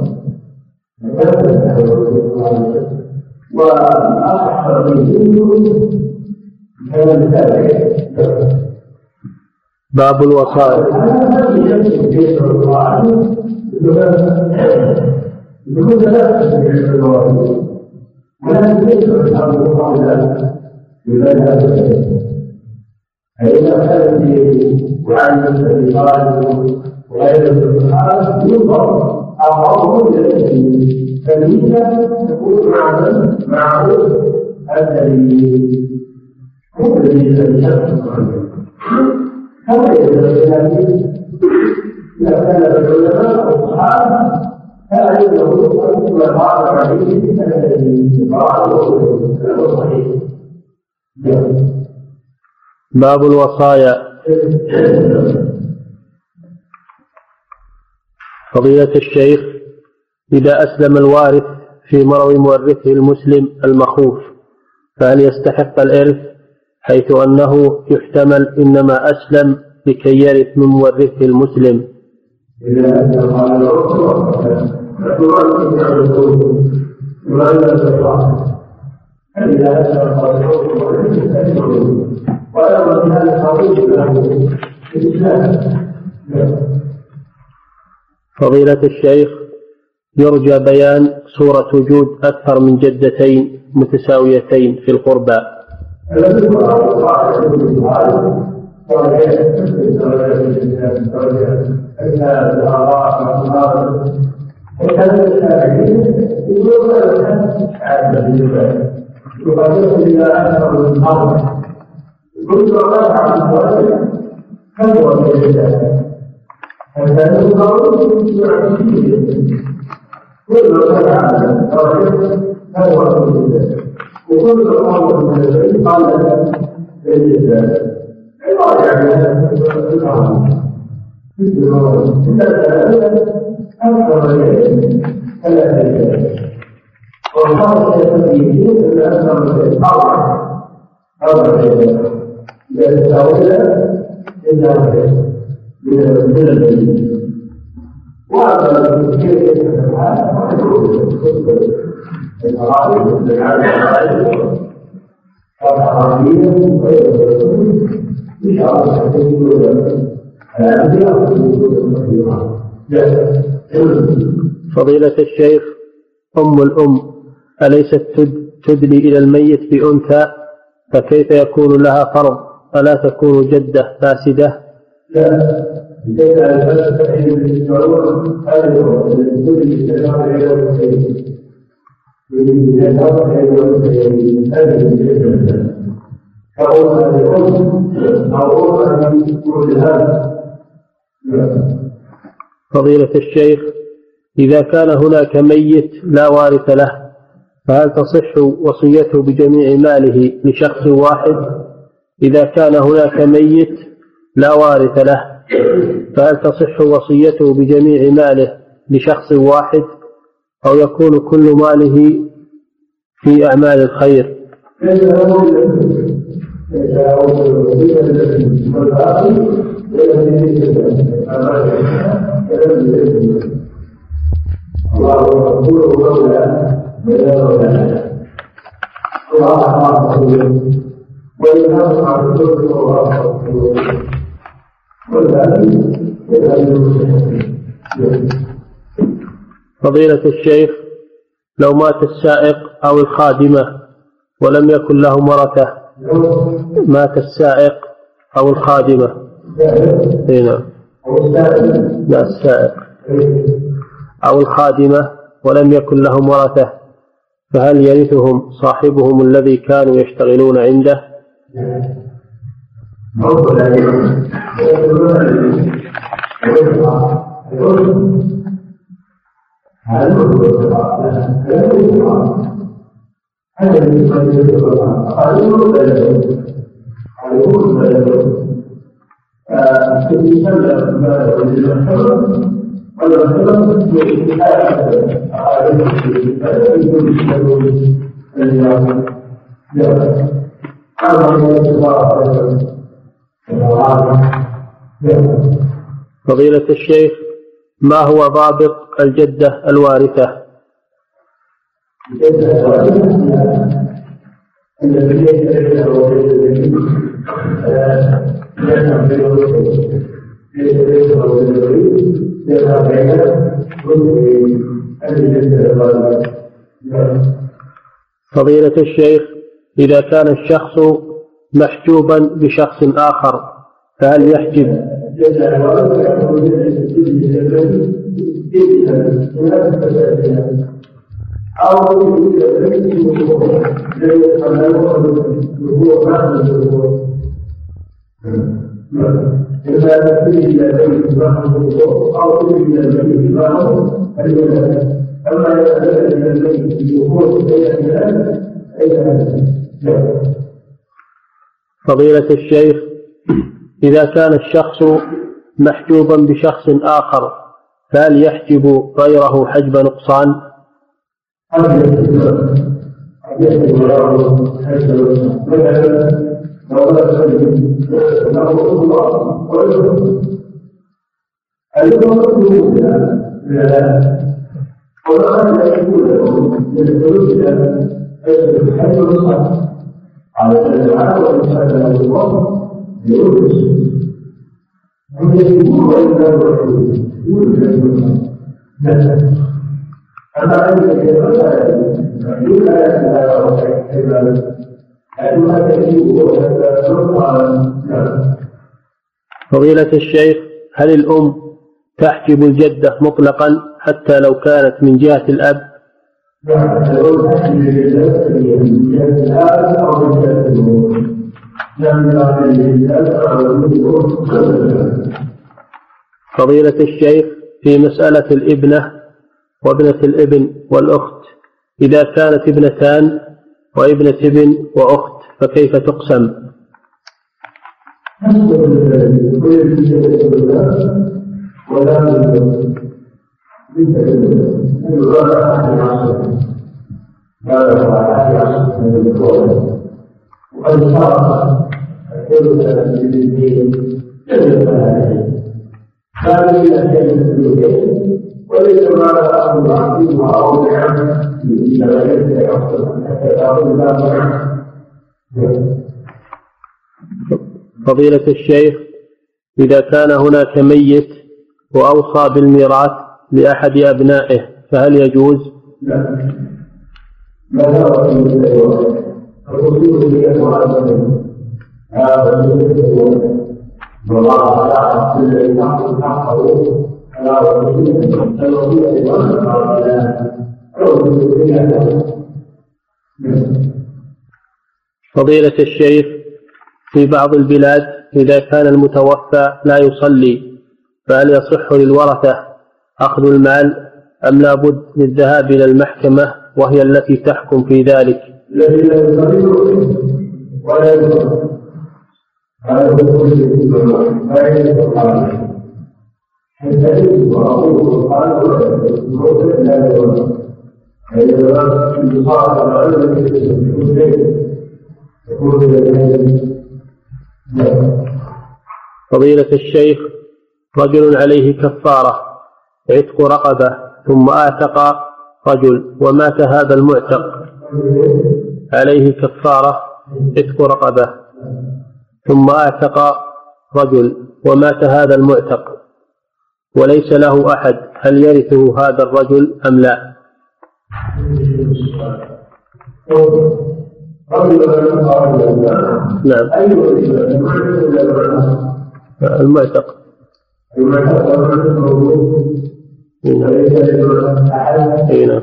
واصح الرجل كان التابع. باب الوصايا. يقول لا تستطيع الوصايا ولا تستطيع الوصايا بمذهب فإذا كانت وعن الإنسان وغير الصحابة ينظر أقرب إلى الدليل فالميزة تكون مع من معه الدليل هو الذي يشرح كما يجب إذا كان العلماء والصحابة فلا يجب أن يقال عليه الذي قال صحيح. باب الوصايا. فضيلة الشيخ إذا أسلم الوارث في مرض مورثه المسلم المخوف فهل يستحق الإرث حيث أنه يحتمل إنما أسلم لكي يرث من مورثه المسلم؟ إذا أسلم على الرسول فالرسول يعرفه ولا يستطيع فإذا أسلم على الرسول ولا من هذا القضية له الإسلام. فضيلة الشيخ يرجى بيان صورة وجود أكثر من جدتين متساويتين في القربى. الذي هو الله سبحانه وتعالى وكان الشافعي يقول لك هذا بالنسبة يقدم إلى أكثر من أربعة كل رفع الوالد كبر في الإسلام فكان القول يعطيه كل رفع الوالد كبر في الإسلام وكل قول من البيت قال لك في الإسلام عبارة عن هذا القول مثل ما هو أكثر من ثلاثة والخامس يستفيد أن أكثر من أربعة أربعة إذا تساوينا إلا من البيت وأما كيف يتفعل الفرائض العالم والحرامية وغير إن شاء الله تكون فضيلة الشيخ أم الأم أليست تدلي إلى الميت بأنثى فكيف يكون لها فرض ألا تكون جدة فاسدة؟ لا إذا الفاسدة يجعلون هذا هو تدلي إلى الميت أو أن يكون أو أن يكون هذا. فضيلة الشيخ، إذا كان هناك ميت لا وارث له فهل تصح وصيته بجميع ماله لشخص واحد؟ إذا كان هناك ميت لا وارث له فهل تصح وصيته بجميع ماله لشخص واحد أو يكون كل ماله في أعمال الخير؟ الله يقول قولا بلا الله وينهى عن الظلم فضيلة الشيخ، لو مات السائق أو الخادمة ولم يكن لهم ورثة، مات السائق أو الخادمة هنا لا السائق أو الخادمة ولم يكن لهم ورثة، فهل يرثهم صاحبهم الذي كانوا يشتغلون عنده؟ فضيلة الشيخ، ما هو ضابط الجدة الوارثة؟ فضيلة الشيخ، إذا كان الشخص محجوبا بشخص آخر فهل يحجب؟ فضيلة الشيخ، إذا كان الشخص محجوبا بشخص آخر فهل يحجب غيره حجب نقصان؟ على الجماعة والمساعدة والوقت يورث هم يجبون وإلا يورثون يورثون أما أن يكون يقول آيات الله وحكمة أنها تجيب وتنقى. فضيلة الشيخ، هل الأم تحجب الجدة مطلقا حتى لو كانت من جهة الأب؟ فضيلة الشيخ، في مسألة الابنة وابنة الابن والأخت، إذا كانت ابنتان وابنة ابن وأخت فكيف تقسم؟ وقد صار كل سنة بالدين هذه الأشياء وليس ما أمر عظيم أو نعم في شرعية فضيلة الشيخ، إذا كان هناك ميت وأوصى بالميراث لأحد أبنائه فهل يجوز؟ لا لا لا الرسول في أموالهم هذا الرسول والله تعالى الذي يحفظ حقه على رسوله الوصية فضيلة الشيخ، في بعض البلاد إذا كان المتوفى لا يصلي فهل يصح للورثة أخذ المال أم لا بد للذهاب إلى المحكمة وهي التي تحكم في ذلك؟ الذي لا يصلي ولا يصلي هذا هو الذي لا يصلي حتى يجب وأقول سبحانه وتعالى فضيلة الشيخ، رجل عليه كفارة عتق رقبة ثم أعتق رجل ومات هذا المعتق، عليه كفارة عتق رقبة ثم أعتق رجل ومات هذا المعتق وليس له أحد، هل يرثه هذا الرجل أم لا؟ نعم. المعتق نعم.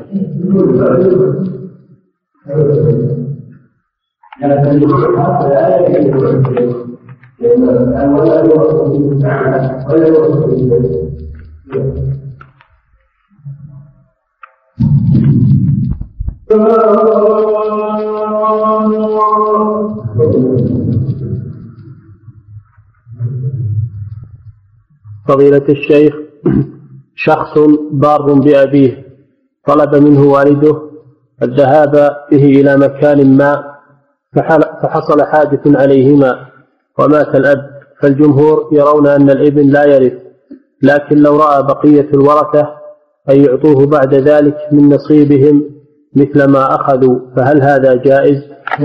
فضيلة الشيخ، شخص بار بأبيه طلب منه والده الذهاب به إلى مكان ما فحصل حادث عليهما ومات الأب، فالجمهور يرون أن الابن لا يرث، لكن لو رأى بقية الورثة أن يعطوه بعد ذلك من نصيبهم مثل ما أخذوا، فهل هذا جائز؟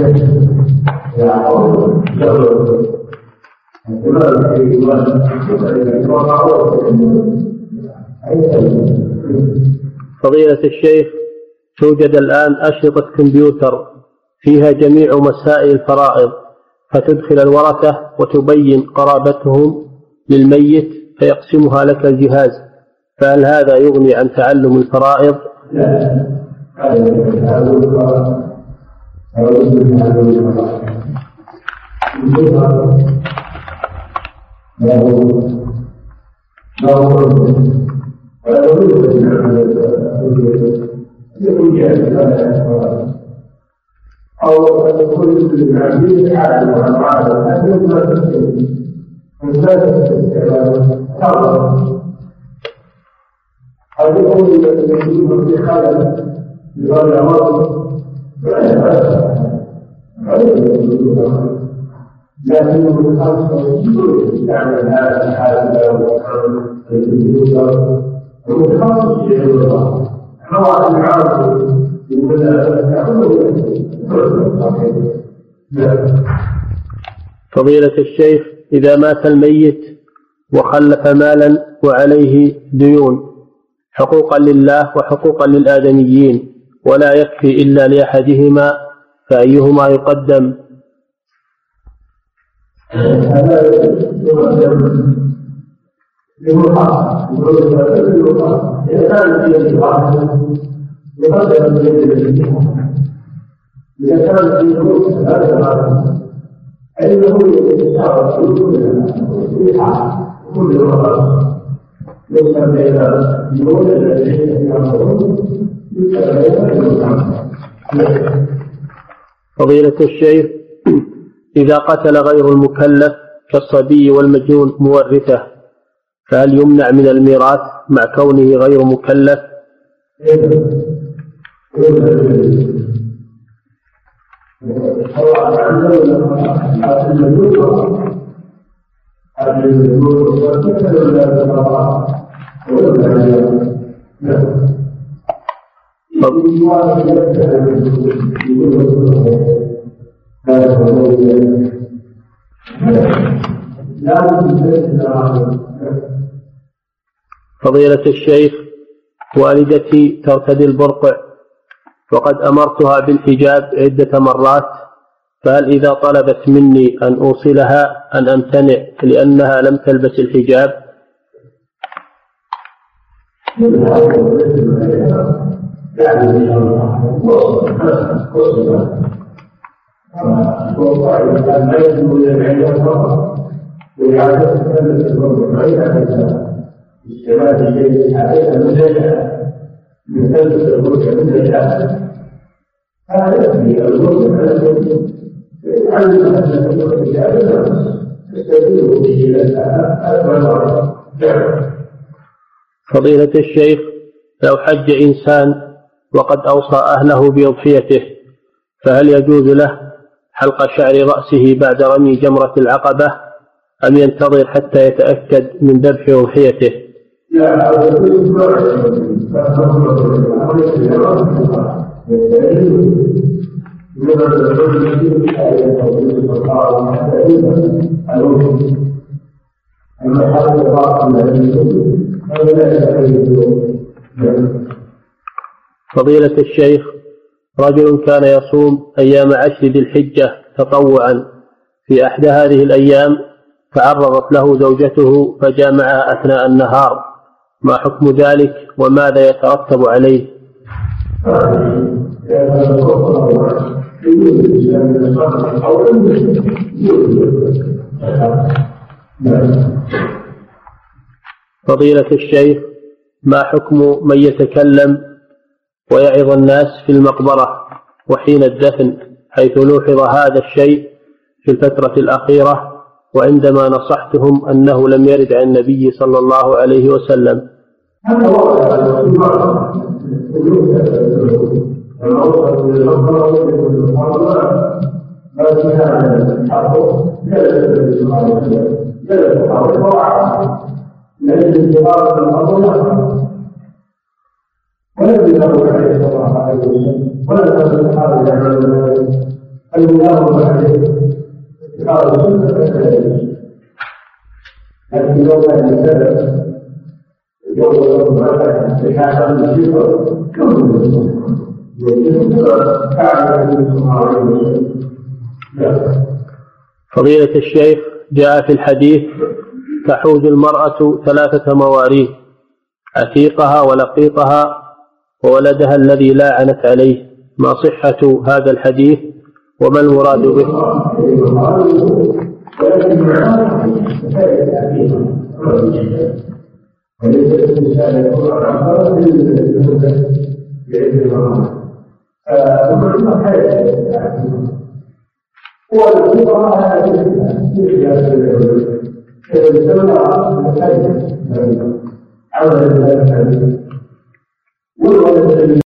فضيلة الشيخ، توجد الآن أشرطة كمبيوتر فيها جميع مسائل الفرائض، فتدخل الورثة وتبين قرابتهم للميت فيقسمها لك الجهاز، فهل هذا يغني عن تعلم الفرائض؟ أو يكون العبيد عالم عن عالم لكن لا تستطيع لا تستطيع أو يكون يكون في خلل بغير مرض لكن الخمسة يعمل هذا الحالة والخمسة شيء الله نوع العالم فضيلة الشيخ، إذا مات الميت وخلف مالا وعليه ديون حقوقا لله وحقوقا للآدميين ولا يكفي إلا لأحدهما، فأيهما يقدم؟ يقدم إذا كان في ظروف هذا العالم أنه يتشارك في كل كل مرة ليس بين الديون التي يعملون فضيلة الشيخ، إذا قتل غير المكلف كالصبي والمجنون مورثه فهل يمنع من الميراث مع كونه غير مكلف؟ فضيلة الشيخ، والدتي ترتدي البرقع وقد أمرتها بالحجاب عدة مرات، فهل إذا طلبت مني أن أوصلها أن أمتنع لأنها لم تلبس الحجاب؟ والله كان لا يجب العلم فقط وإعادة سنة الرب غير هذا استماد الشيء عليها مزايا من سنة الرب مزايا هذا يكفي الرب على علم أن الرب إجابة تستفيد به لها. فضيلة الشيخ، لو حج إنسان وقد أوصى أهله بأضحيته فهل يجوز له حلق شعر رأسه بعد رمي جمرة العقبة أم ينتظر حتى يتأكد من ذبح أضحيته؟ لا، فضيلة الشيخ، رجل كان يصوم أيام عشر ذي الحجة تطوعا، في إحدى هذه الأيام تعرضت له زوجته فجامعها أثناء النهار، ما حكم ذلك وماذا يترتب عليه؟ فضيلة الشيخ، ما حكم من يتكلم ويعظ الناس في المقبرة وحين الدفن، حيث لوحظ هذا الشيء في الفترة الأخيرة وعندما نصحتهم أنه لم يرد عن النبي صلى الله عليه وسلم؟ ولم يدعوا عليه صلى الله عليه وسلم ولا تنسى الصحابة يعملون المناظرة عليه قال سنة فسألت لكن لو كان السبب يوم يوم مثلا لحاجة الشفر كم يجب كعب النبي صلى الله عليه وسلم. فضيلة الشيخ، جاء في الحديث تحوز المرأة ثلاثة مواريث: عتيقها ولقيطها وولدها الذي لاعنت عليه، ما صحة هذا الحديث وما المراد به؟ هو